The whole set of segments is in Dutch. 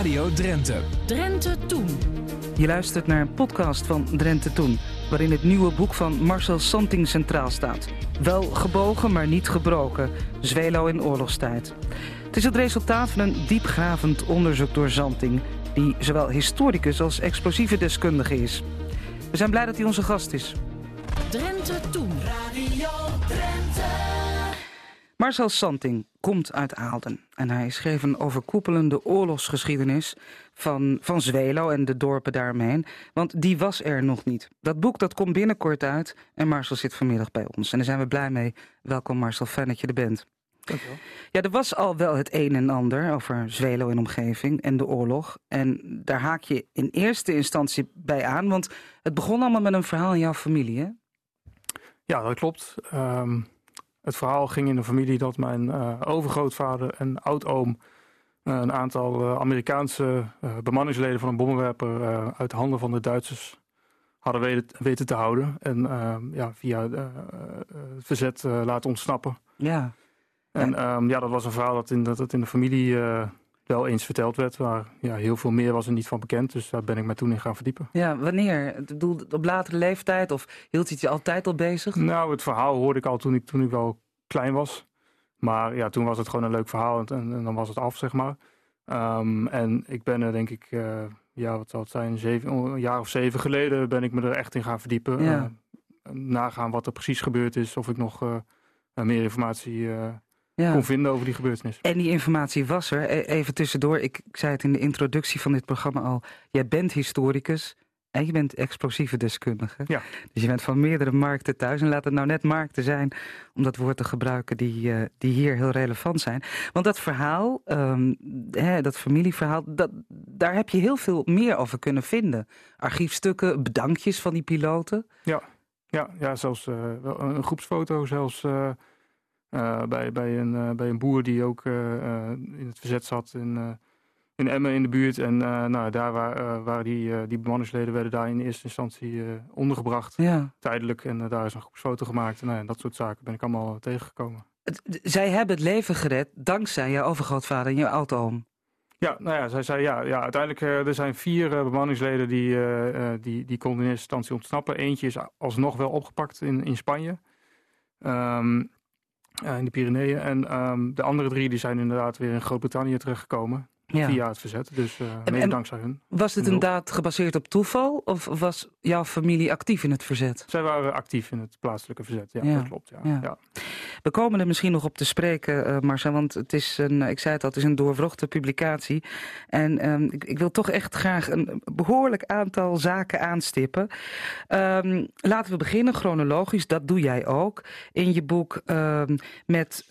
Radio Drenthe. Drenthe Toen. Je luistert naar een podcast van Drenthe Toen, waarin het nieuwe boek van Marcel Santing centraal staat. Wel gebogen, maar niet gebroken. Zweeloo in oorlogstijd. Het is het resultaat van een diepgravend onderzoek door Santing, die zowel historicus als explosieve deskundige is. We zijn blij dat hij onze gast is. Drenthe Toen. Radio Drenthe. Marcel Santing komt uit Aalden en hij schreef een overkoepelende oorlogsgeschiedenis van Zweeloo en de dorpen daaromheen, want die was er nog niet. Dat boek dat komt binnenkort uit en Marcel zit vanmiddag bij ons en daar zijn we blij mee. Welkom Marcel, fijn dat je er bent. Dankjewel. Ja, er was al wel het een en ander over Zweeloo en omgeving en de oorlog en daar haak je in eerste instantie bij aan, want het begon allemaal met een verhaal in jouw familie, hè? Ja, dat klopt. Het verhaal ging in de familie dat mijn overgrootvader en oudoom een aantal Amerikaanse bemanningsleden van een bommenwerper uit de handen van de Duitsers hadden weten te houden. En via het verzet laten ontsnappen. Ja. En dat was een verhaal dat in de familie wel eens verteld werd. Maar ja, heel veel meer was er niet van bekend. Dus daar ben ik me toen in gaan verdiepen. Ja, wanneer? Ik bedoel, op latere leeftijd? Of hield hij het je altijd al bezig? Nou, het verhaal hoorde ik al toen ik wel klein was. Maar ja, toen was het gewoon een leuk verhaal en dan was het af, zeg maar. En ik ben er denk ik, wat zal het zijn, een jaar of 7 geleden ben ik me er echt in gaan verdiepen. Ja. Nagaan wat er precies gebeurd is. Of ik nog meer informatie kon vinden over die gebeurtenis. En die informatie was er. Even tussendoor, ik zei het in de introductie van dit programma al. Jij bent historicus en je bent explosieve deskundige. Ja. Dus je bent van meerdere markten thuis. En laat het nou net markten zijn om dat woord te gebruiken die hier heel relevant zijn. Want dat verhaal, dat familieverhaal, daar heb je heel veel meer over kunnen vinden. Archiefstukken, bedankjes van die piloten. Ja, zelfs wel een groepsfoto zelfs bij een boer die ook in het verzet zat in Emmen in de buurt. En daar waren die bemanningsleden werden daar in eerste instantie ondergebracht. Ja. Tijdelijk. En daar is een groepsfoto gemaakt. En dat soort zaken ben ik allemaal tegengekomen. Zij hebben het leven gered dankzij jouw overgrootvader en jouw oudoom. Ja, zij zei uiteindelijk er zijn 4 bemanningsleden die konden in eerste instantie ontsnappen. Eentje is alsnog wel opgepakt in Spanje. In de Pyreneeën. En de andere 3 die zijn inderdaad weer in Groot-Brittannië terechtgekomen. Ja. Via het verzet. Dus mede dankzij hun. Was dit inderdaad gebaseerd op toeval? Of was jouw familie actief in het verzet? Zij waren actief in het plaatselijke verzet. Ja, dat klopt. Ja. We komen er misschien nog op te spreken, Marcel. Want het is ik zei het al, het is een doorwrochte publicatie. En ik wil toch echt graag een behoorlijk aantal zaken aanstippen. Laten we beginnen chronologisch. Dat doe jij ook in je boek met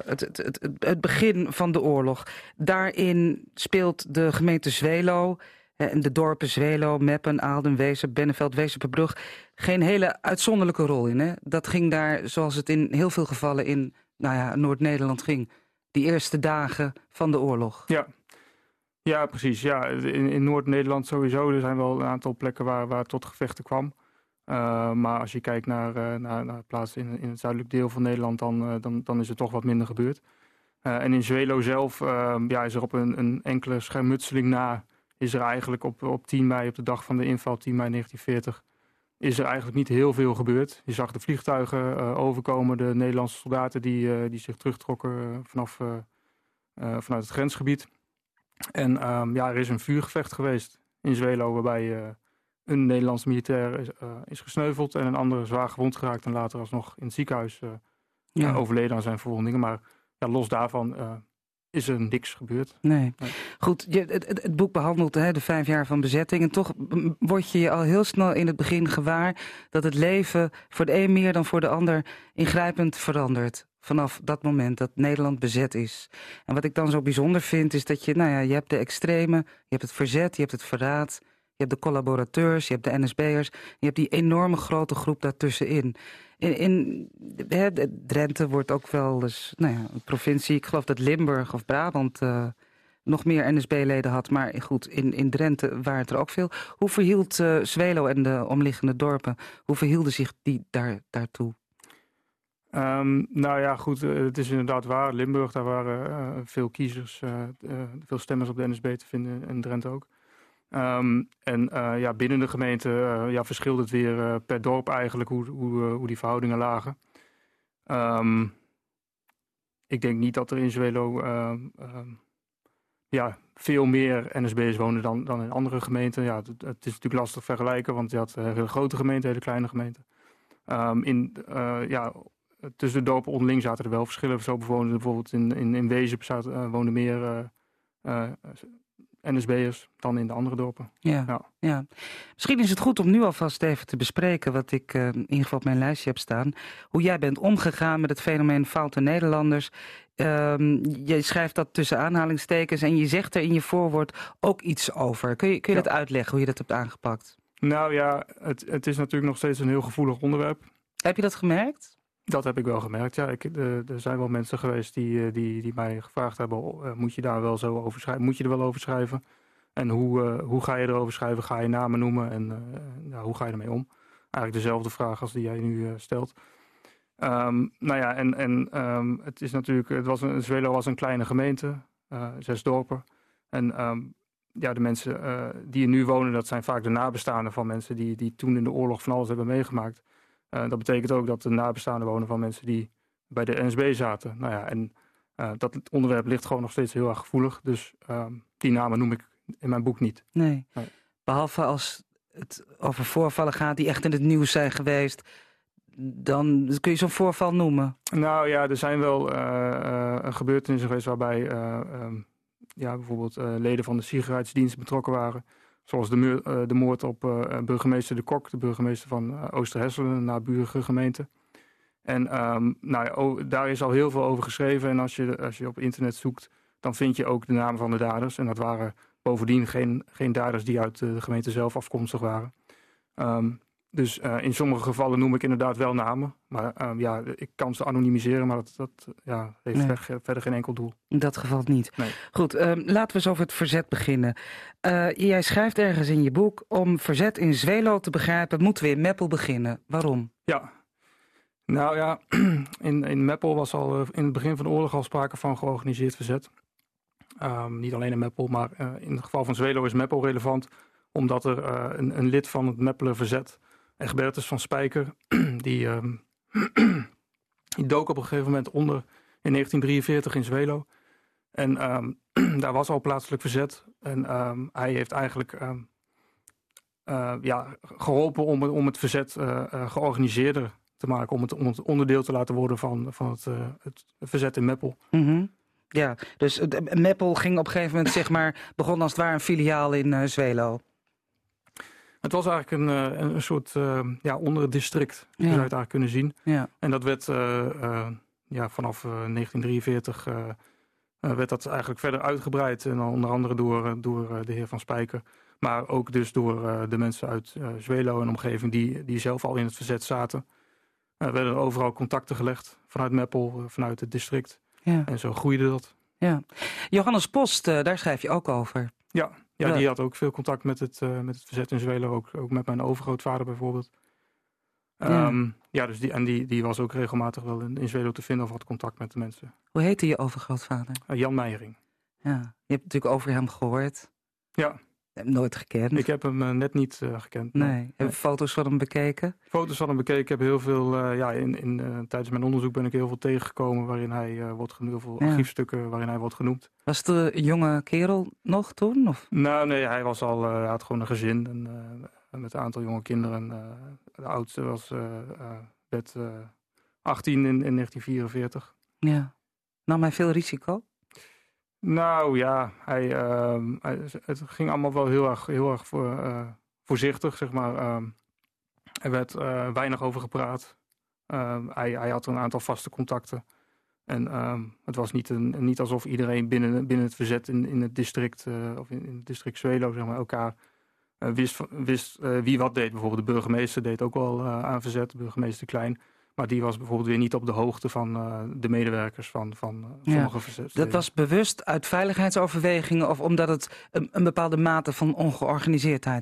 het begin van de oorlog. Daarin speelt de gemeente Zweeloo en de dorpen Zweeloo, Meppen, Aalden, Weesp, Benveld, Weesperbrug geen hele uitzonderlijke rol in. Hè? Dat ging daar, zoals het in heel veel gevallen in Noord-Nederland ging. Die eerste dagen van de oorlog. Ja, precies. Ja, in Noord-Nederland sowieso. Er zijn wel een aantal plekken waar het tot gevechten kwam. Maar als je kijkt naar plaatsen in het zuidelijk deel van Nederland, dan is er toch wat minder gebeurd. En in Zweeloo zelf is er op een enkele schermutseling na, is er eigenlijk op 10 mei, op de dag van de inval, 10 mei 1940, is er eigenlijk niet heel veel gebeurd. Je zag de vliegtuigen overkomen, de Nederlandse soldaten die zich terugtrokken vanuit het grensgebied. En er is een vuurgevecht geweest in Zweeloo, waarbij een Nederlandse militair is gesneuveld en een andere zwaar gewond geraakt en later alsnog in het ziekenhuis overleden aan zijn verwondingen. Maar los daarvan is er niks gebeurd. Nee. Goed, het boek behandelt de 5 jaar van bezetting. En toch word je al heel snel in het begin gewaar dat het leven voor de een meer dan voor de ander ingrijpend verandert. Vanaf dat moment dat Nederland bezet is. En wat ik dan zo bijzonder vind is dat je hebt de extremen, je hebt het verzet, je hebt het verraad, je hebt de collaborateurs, je hebt de NSB'ers, je hebt die enorme grote groep daartussenin. In Drenthe wordt ook wel eens, een provincie, ik geloof dat Limburg of Brabant nog meer NSB-leden had. Maar goed, in Drenthe waren het er ook veel. Hoe verhield Zweeloo en de omliggende dorpen, hoe verhielden zich die daartoe? Nou ja, goed, het is inderdaad waar. Limburg, daar waren veel kiezers, veel stemmers op de NSB te vinden en Drenthe ook. Binnen de gemeente verschilt het weer per dorp eigenlijk hoe die verhoudingen lagen. Ik denk niet dat er in Zwelo veel meer NSB'ers wonen dan in andere gemeenten. Ja, het is natuurlijk lastig vergelijken, want je had hele grote gemeenten, hele kleine gemeenten. Tussen de dorpen onderling zaten er wel verschillen. Zo bijvoorbeeld in Wezep woonden meer NSB'ers dan in de andere dorpen. Ja. Misschien is het goed om nu alvast even te bespreken wat ik in ieder geval op mijn lijstje heb staan. Hoe jij bent omgegaan met het fenomeen foute Nederlanders. Je schrijft dat tussen aanhalingstekens en je zegt er in je voorwoord ook iets over. Kun je dat uitleggen, hoe je dat hebt aangepakt? Nou ja, het is natuurlijk nog steeds een heel gevoelig onderwerp. Heb je dat gemerkt? Dat heb ik wel gemerkt, ja. Er zijn wel mensen geweest die mij gevraagd hebben, moet je daar wel zo over schrijven? Moet je er wel over schrijven? En hoe ga je erover schrijven? Ga je namen noemen? En hoe ga je ermee om? Eigenlijk dezelfde vraag als die jij nu stelt. Het is natuurlijk, Zwelo was een kleine gemeente, 6 dorpen. En de mensen die er nu wonen, dat zijn vaak de nabestaanden van mensen die toen in de oorlog van alles hebben meegemaakt. Dat betekent ook dat de nabestaanden wonen van mensen die bij de NSB zaten. Nou ja, en dat onderwerp ligt gewoon nog steeds heel erg gevoelig. Dus die namen noem ik in mijn boek niet. Nee. Behalve als het over voorvallen gaat die echt in het nieuws zijn geweest, dan kun je zo'n voorval noemen. Nou ja, er zijn wel gebeurtenissen geweest waarbij bijvoorbeeld leden van de sigaretsdienst betrokken waren. Zoals de moord op burgemeester De Kok, de burgemeester van Oosterhesselen, een naburige gemeente. En daar is al heel veel over geschreven. En als je op internet zoekt, dan vind je ook de namen van de daders. En dat waren bovendien geen daders die uit de gemeente zelf afkomstig waren. Dus in sommige gevallen noem ik inderdaad wel namen. Maar ik kan ze anonimiseren, maar dat heeft verder geen enkel doel. In dat geval niet. Nee. Goed, laten we eens over het verzet beginnen. Jij schrijft ergens in je boek, om verzet in Zwelo te begrijpen, moeten we in Meppel beginnen. Waarom? Ja. Nou ja, in Meppel was al in het begin van de oorlog al sprake van georganiseerd verzet. Niet alleen in Meppel, maar in het geval van Zwelo is Meppel relevant, omdat er een lid van het Meppeler verzet, Egbertus van Spijker, die dook op een gegeven moment onder in 1943 in Zwelo. En daar was al plaatselijk verzet. En hij heeft eigenlijk geholpen om het verzet georganiseerder te maken. Om het onderdeel te laten worden van het verzet in Meppel. Mm-hmm. Ja, dus Meppel ging op een gegeven moment, begon als het ware een filiaal in Zwelo. Het was eigenlijk een soort onder het district, zou je het eigenlijk kunnen zien. Ja. En dat werd vanaf 1943 werd dat eigenlijk verder uitgebreid. En onder andere door de heer Van Spijker. Maar ook dus door de mensen uit Zwelo en omgeving die zelf al in het verzet zaten. Werden er overal contacten gelegd vanuit Meppel, vanuit het district. Ja. En zo groeide dat. Ja. Johannes Post, daar schrijf je ook over. Ja, die had ook veel contact met het verzet in Zwelo. Ook met mijn overgrootvader bijvoorbeeld. Dus die was ook regelmatig wel in Zwelo te vinden of had contact met de mensen. Hoe heette je overgrootvader? Jan Meijering. Ja, je hebt natuurlijk over hem gehoord. Ja. Je hebt hem nooit gekend. Ik heb hem net niet gekend. Nee. Heb je foto's van hem bekeken? Foto's van hem bekeken. Ik heb heel veel, tijdens mijn onderzoek ben ik heel veel tegengekomen waarin hij wordt genoemd. Heel veel archiefstukken waarin hij wordt genoemd. Was het een jonge kerel nog toen? Of? Nou, nee, hij had gewoon een gezin met een aantal jonge kinderen. De oudste werd 18 in 1944. Ja. Nam hij veel risico? Nou ja, het ging allemaal wel heel erg voorzichtig, zeg maar. Er werd weinig over gepraat. Hij had een aantal vaste contacten. En het was niet alsof iedereen binnen het verzet in het district, of in het district Zwelo, zeg maar, elkaar wist wie wat deed. Bijvoorbeeld de burgemeester deed ook wel aan verzet, de burgemeester Klein. Maar die was bijvoorbeeld weer niet op de hoogte van de medewerkers van sommige verzetsteden. Dat was bewust uit veiligheidsoverwegingen of omdat het een bepaalde mate van ongeorganiseerdheid had?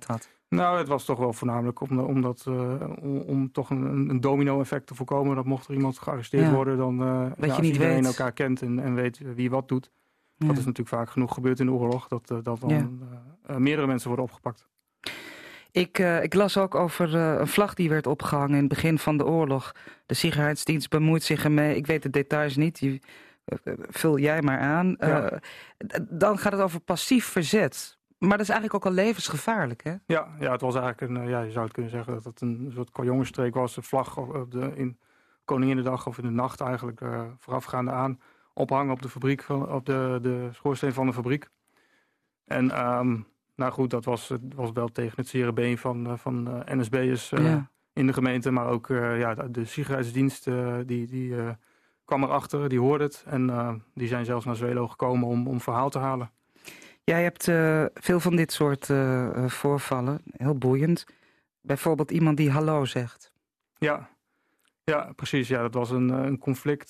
Nou, het was toch wel voornamelijk om toch een domino-effect te voorkomen. Dat mocht er iemand gearresteerd worden, dan als iedereen elkaar kent en weet wie wat doet. Ja. Dat is natuurlijk vaak genoeg gebeurd in de oorlog, dat dan meerdere mensen worden opgepakt. Ik las ook over een vlag die werd opgehangen in het begin van de oorlog. De Sicherheidsdienst bemoeit zich ermee. Ik weet de details niet, vul jij maar aan. Ja. Dan gaat het over passief verzet. Maar dat is eigenlijk ook al levensgevaarlijk, hè? Ja, het was eigenlijk je zou het kunnen zeggen dat het een soort kwajongensstreek was. Een vlag in Koninginnedag of in de nacht eigenlijk voorafgaande aan. Ophangen op de fabriek, op de schoorsteen van de fabriek. En nou goed, dat was wel tegen het zere been van NSB'ers in de gemeente. Maar ook de Sicherheidsdienst die kwam erachter, die hoorde het. En die zijn zelfs naar Zwelo gekomen om verhaal te halen. Jij hebt veel van dit soort voorvallen, heel boeiend. Bijvoorbeeld iemand die hallo zegt. Ja precies. Ja, dat was een conflict.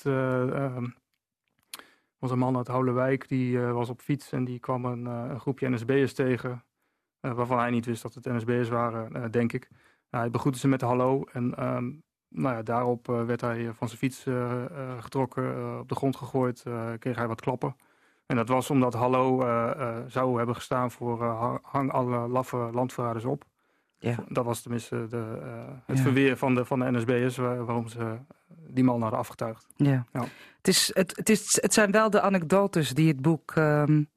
Was een man uit Houwelwijk, die was op fiets en die kwam een groepje NSB'ers tegen. Waarvan hij niet wist dat het NSB'ers waren, denk ik. Hij begroette ze met hallo en daarop werd hij van zijn fiets getrokken, op de grond gegooid, kreeg hij wat klappen. En dat was omdat hallo zou hebben gestaan voor hang alle laffe landverraders op. Ja. Dat was tenminste het verweer van de NSB'ers waarom ze die man hadden afgetuigd. Ja. Ja. Het zijn wel de anekdotes die het boek een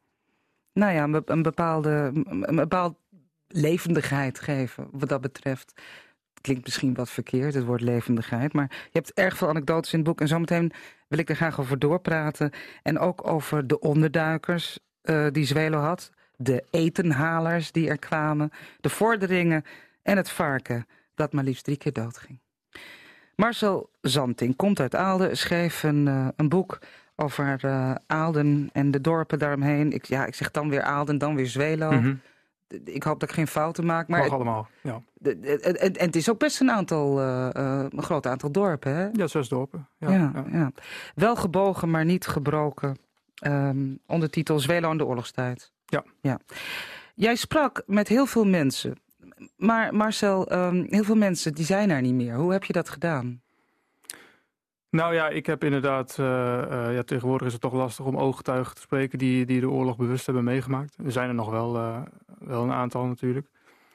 bepaalde levendigheid geven wat dat betreft. Klinkt misschien wat verkeerd, het woord levendigheid. Maar je hebt erg veel anekdotes in het boek. En zometeen wil ik er graag over doorpraten. En ook over de onderduikers die Zwelo had. De etenhalers die er kwamen. De vorderingen en het varken dat maar liefst 3 keer doodging. Marcel Zanting komt uit Aalden. Schreef een boek over Aalden en de dorpen daaromheen. Ik zeg dan weer Aalden, dan weer Zwelo. Mm-hmm. Ik hoop dat ik geen fouten maak. Maar mag allemaal, ja. En het is ook best een groot aantal dorpen, hè? Ja, 6 dorpen. Ja. Wel gebogen, maar niet gebroken. Ondertitel Zwelo in de oorlogstijd. Ja. Jij sprak met heel veel mensen. Maar Marcel, heel veel mensen die zijn er niet meer. Hoe heb je dat gedaan? Nou ja, ik heb inderdaad... tegenwoordig is het toch lastig om ooggetuigen te spreken die de oorlog bewust hebben meegemaakt. Er zijn er nog wel een aantal natuurlijk.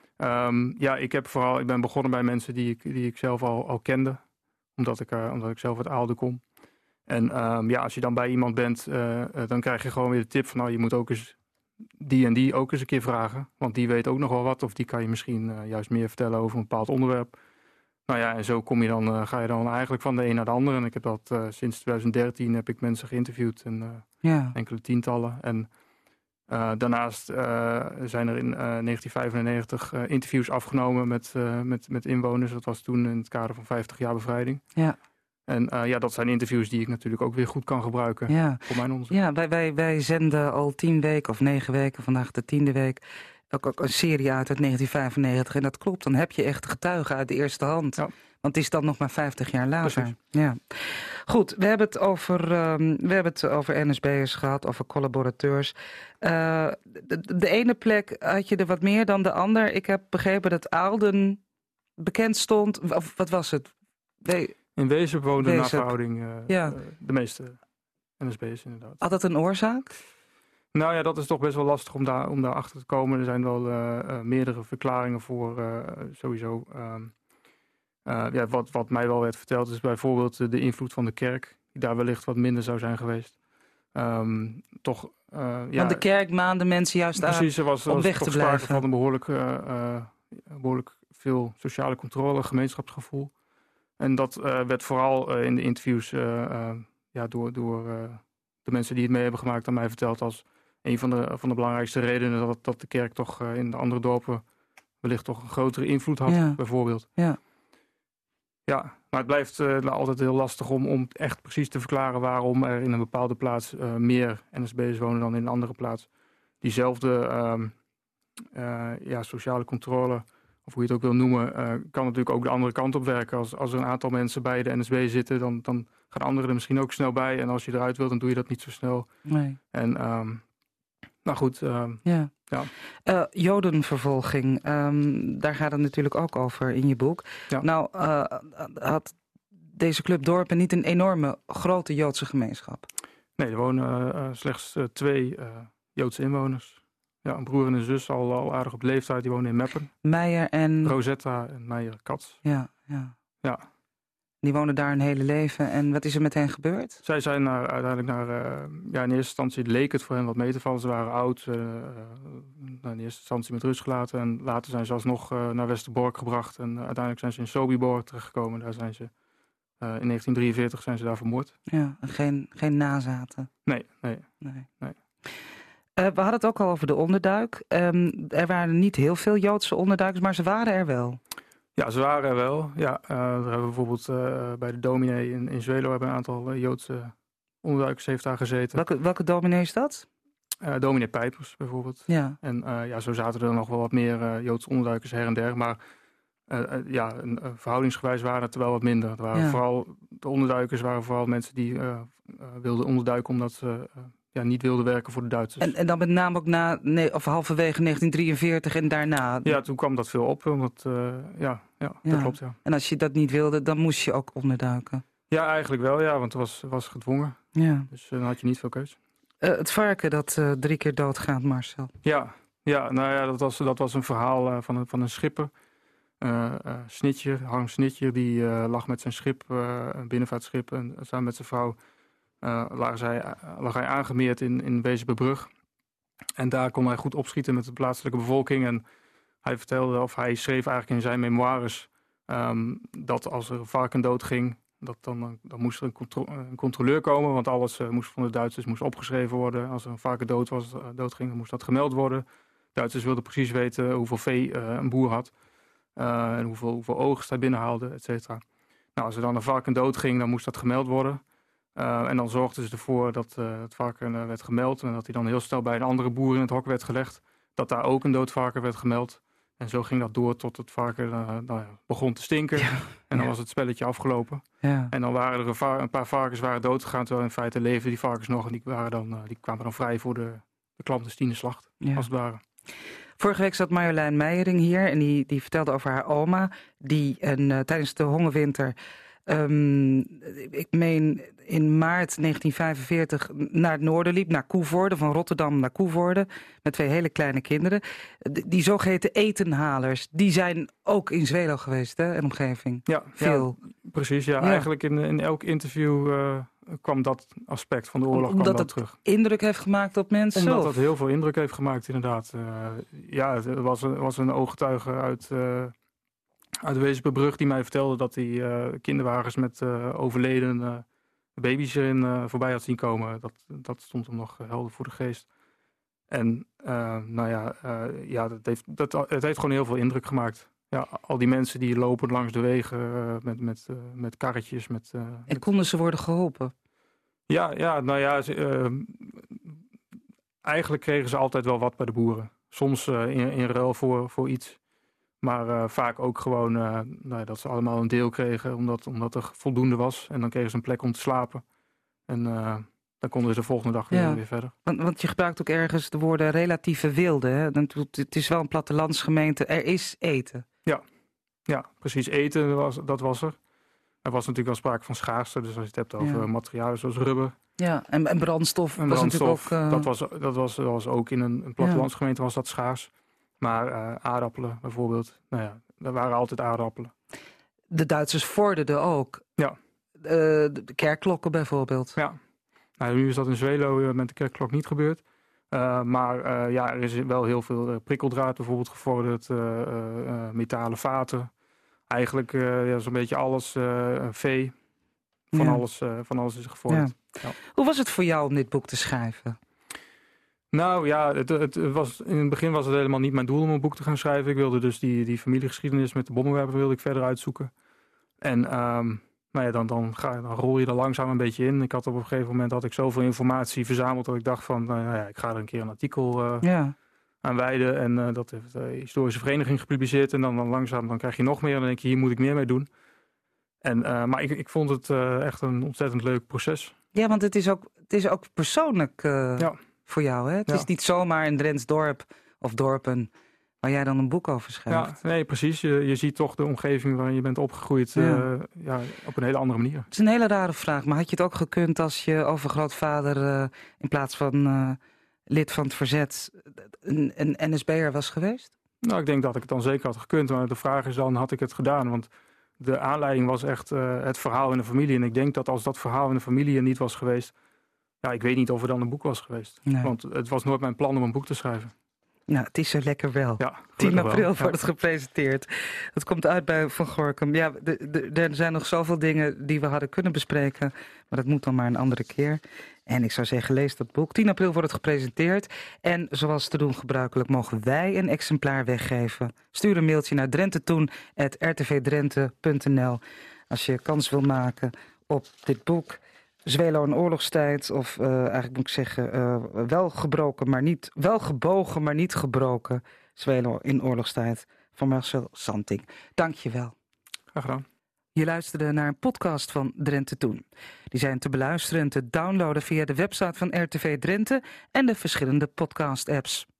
Ik ben begonnen bij mensen die ik zelf al kende. Omdat ik zelf uit Aalden kom. En als je dan bij iemand bent, dan krijg je gewoon weer de tip van... je moet ook eens die en die ook eens een keer vragen. Want die weet ook nog wel wat. Of die kan je misschien juist meer vertellen over een bepaald onderwerp. Nou ja, en zo ga je dan eigenlijk van de een naar de ander. En ik heb dat sinds 2013 heb ik mensen geïnterviewd. En enkele tientallen. En daarnaast zijn er in 1995 interviews afgenomen met inwoners. Dat was toen in het kader van 50 jaar bevrijding. Ja. En dat zijn interviews die ik natuurlijk ook weer goed kan gebruiken voor mijn onderzoek. Ja, wij zenden al 10 weken of 9 weken, vandaag de 10e week, ook een serie uit 1995. En dat klopt, dan heb je echt getuigen uit de eerste hand. Ja. Want het is dan nog maar 50 jaar later. Precies. Ja. Goed, we hebben het over NSB'ers gehad, over collaborateurs. De ene plek had je er wat meer dan de ander. Ik heb begrepen dat Aalden bekend stond. Of wat was het? In Wezep woonden naar verhouding de meeste NSB'ers inderdaad. Had dat een oorzaak? Nou ja, dat is toch best wel lastig om daar achter te komen. Er zijn wel meerdere verklaringen voor sowieso. Wat mij wel werd verteld is bijvoorbeeld de invloed van de kerk. Die daar wellicht wat minder zou zijn geweest. Want de kerk maande mensen juist precies, aan om weg te blijven. Sprake van een behoorlijk veel sociale controle, gemeenschapsgevoel. En dat werd vooral in de interviews door de mensen die het mee hebben gemaakt aan mij verteld als een van de belangrijkste redenen dat de kerk toch in de andere dorpen wellicht toch een grotere invloed had, bijvoorbeeld. Ja, maar het blijft altijd heel lastig om echt precies te verklaren waarom er in een bepaalde plaats meer NSB'ers wonen dan in een andere plaats. Diezelfde sociale controle, of hoe je het ook wil noemen, kan natuurlijk ook de andere kant op werken. Als er een aantal mensen bij de NSB zitten, dan gaan anderen er misschien ook snel bij. En als je eruit wilt, dan doe je dat niet zo snel. Nee. En Nou goed, Ja. ja. Jodenvervolging, daar gaat het natuurlijk ook over in je boek. Ja. Nou, had deze Club Dorpen niet een enorme grote Joodse gemeenschap? Nee, er wonen slechts 2 Joodse inwoners. Ja, een broer en een zus, al aardig op leeftijd, die wonen in Meppen. Meijer en... Rosetta en Meijer Katz. Ja. Die wonen daar hun hele leven. En wat is er met hen gebeurd? Zij zijn uiteindelijk in eerste instantie leek het voor hen wat mee te vallen. Ze waren oud, in eerste instantie met rust gelaten. En later zijn ze alsnog naar Westerbork gebracht. En uiteindelijk zijn ze in Sobibor terechtgekomen. Daar zijn ze, in 1943 zijn ze daar vermoord. Ja, geen nazaten. Nee. We hadden het ook al over de onderduik. Er waren niet heel veel Joodse onderduikers, maar ze waren er wel. Ja, ze waren er wel. Ja, daar hebben we bijvoorbeeld bij de dominee in Zwelo hebben een aantal Joodse onderduikers heeft daar gezeten. Welke dominee is dat? Dominee Pijpers bijvoorbeeld. Ja. En zo zaten er nog wel wat meer Joodse onderduikers her en der. Maar verhoudingsgewijs waren het er wel wat minder. De onderduikers waren vooral mensen die wilden onderduiken omdat ze niet wilden werken voor de Duitsers. En dan met name ook halverwege 1943 en daarna? Ja, toen kwam dat veel op. Omdat, dat klopt, ja. En als je dat niet wilde, dan moest je ook onderduiken? Ja, eigenlijk wel, ja, want het was gedwongen. Ja. Dus dan had je niet veel keus. Het varken dat 3 keer doodgaat, Marcel. Ja, dat was een verhaal van een schipper. Harm Snitjer, die lag met zijn schip, een binnenvaartschip, en samen met zijn vrouw lag hij aangemeerd in Wezenberbrug. En daar kon hij goed opschieten met de plaatselijke bevolking. En hij vertelde, of hij schreef eigenlijk in zijn memoires, dat als er een varken doodging, dan moest er een controleur komen, want alles moest van de Duitsers opgeschreven worden. Als er een varken doodging, dan moest dat gemeld worden. Duitsers wilden precies weten hoeveel vee een boer had. En hoeveel oogst hij binnenhaalde, et cetera. Nou, als er dan een varken doodging, dan moest dat gemeld worden. En dan zorgden ze ervoor dat het varken werd gemeld. En dat hij dan heel snel bij een andere boer in het hok werd gelegd. Dat daar ook een dood varken werd gemeld. En zo ging dat door tot het varken begon te stinken. Ja. En dan was het spelletje afgelopen. Ja. En dan waren er een paar varkens waren doodgegaan. Terwijl in feite leefden die varkens nog. En die kwamen dan vrij voor de clandestine slacht, als het ware. Vorige week zat Marjolein Meijering hier en die vertelde over haar oma. Die tijdens de hongerwinter, ik meen in maart 1945, naar het noorden liep. Naar Coevorden, van Rotterdam naar Coevorden. Met 2 hele kleine kinderen. Die zogeheten etenhalers, die zijn ook in Zwelo geweest, hè, en omgeving. Ja, veel. Ja, precies. Ja. Eigenlijk in elk interview kwam dat aspect van de oorlog omdat het terug. Indruk heeft gemaakt op mensen? Omdat het heel veel indruk heeft gemaakt, inderdaad. Het was een ooggetuige uit Wezenberbrug die mij vertelde dat hij kinderwagens met overleden baby's erin voorbij had zien komen. Dat stond hem nog helder voor de geest. En het heeft gewoon heel veel indruk gemaakt. Ja, al die mensen die lopen langs de wegen met karretjes. En konden ze worden geholpen? Eigenlijk kregen ze altijd wel wat bij de boeren. Soms in ruil voor iets. Maar vaak ook gewoon dat ze allemaal een deel kregen omdat er voldoende was. En dan kregen ze een plek om te slapen. En dan konden ze de volgende dag weer verder. Want je gebruikt ook ergens de woorden relatieve wilde. Hè? Het is wel een plattelandsgemeente. Er is eten. Ja, precies. Eten, dat was er. Er was natuurlijk wel sprake van schaarste. Dus als je het hebt over materialen zoals rubber. Ja, en brandstof. Was natuurlijk ook, dat was ook in een plattelandsgemeente was dat schaars. Maar aardappelen bijvoorbeeld. Er waren altijd aardappelen. De Duitsers vorderden ook. Ja. De kerkklokken bijvoorbeeld. Ja. Nu is dat in Zwelo met de kerkklok niet gebeurd. Er is wel heel veel prikkeldraad bijvoorbeeld gevorderd. Metalen vaten. Eigenlijk zo'n beetje alles. Vee. Van alles is gevorderd. Ja. Hoe was het voor jou om dit boek te schrijven? Nou ja, in het begin was het helemaal niet mijn doel om een boek te gaan schrijven. Ik wilde dus die familiegeschiedenis met de bommenwerper wilde ik verder uitzoeken. En dan rol je er langzaam een beetje in. Ik had op een gegeven moment had ik zoveel informatie verzameld dat ik dacht van, ik ga er een keer een artikel aan wijden. En dat heeft de historische vereniging gepubliceerd. En dan langzaam dan krijg je nog meer en dan denk je, hier moet ik meer mee doen. Maar ik vond het echt een ontzettend leuk proces. Ja, want het is ook persoonlijk. voor jou, hè? Het is niet zomaar een Drents dorp of dorpen waar jij dan een boek over schrijft. Ja, nee, precies. Je ziet toch de omgeving waarin je bent opgegroeid op een hele andere manier. Het is een hele rare vraag, maar had je het ook gekund als je overgrootvader in plaats van lid van het verzet een NSB'er was geweest? Nou, ik denk dat ik het dan zeker had gekund, maar de vraag is dan, had ik het gedaan? Want de aanleiding was echt het verhaal in de familie. En ik denk dat als dat verhaal in de familie er niet was geweest, ik weet niet of er dan een boek was geweest. Nee. Want het was nooit mijn plan om een boek te schrijven. Nou, het is er lekker wel. Ja, 10 april wel. wordt het gepresenteerd. Het komt uit bij Van Gorkum. Ja, er zijn nog zoveel dingen die we hadden kunnen bespreken. Maar dat moet dan maar een andere keer. En ik zou zeggen, lees dat boek. 10 april wordt het gepresenteerd. En zoals te doen gebruikelijk mogen wij een exemplaar weggeven. Stuur een mailtje naar drentetoen@rtvdrenthe.nl als je kans wil maken op dit boek. Zwelo in oorlogstijd, of eigenlijk moet ik zeggen, wel gebogen, maar niet gebroken. Zwelo in oorlogstijd van Marcel Santing. Dank je wel. Graag gedaan. Je luisterde naar een podcast van Drenthe Toen. Die zijn te beluisteren en te downloaden via de website van RTV Drenthe en de verschillende podcast-apps.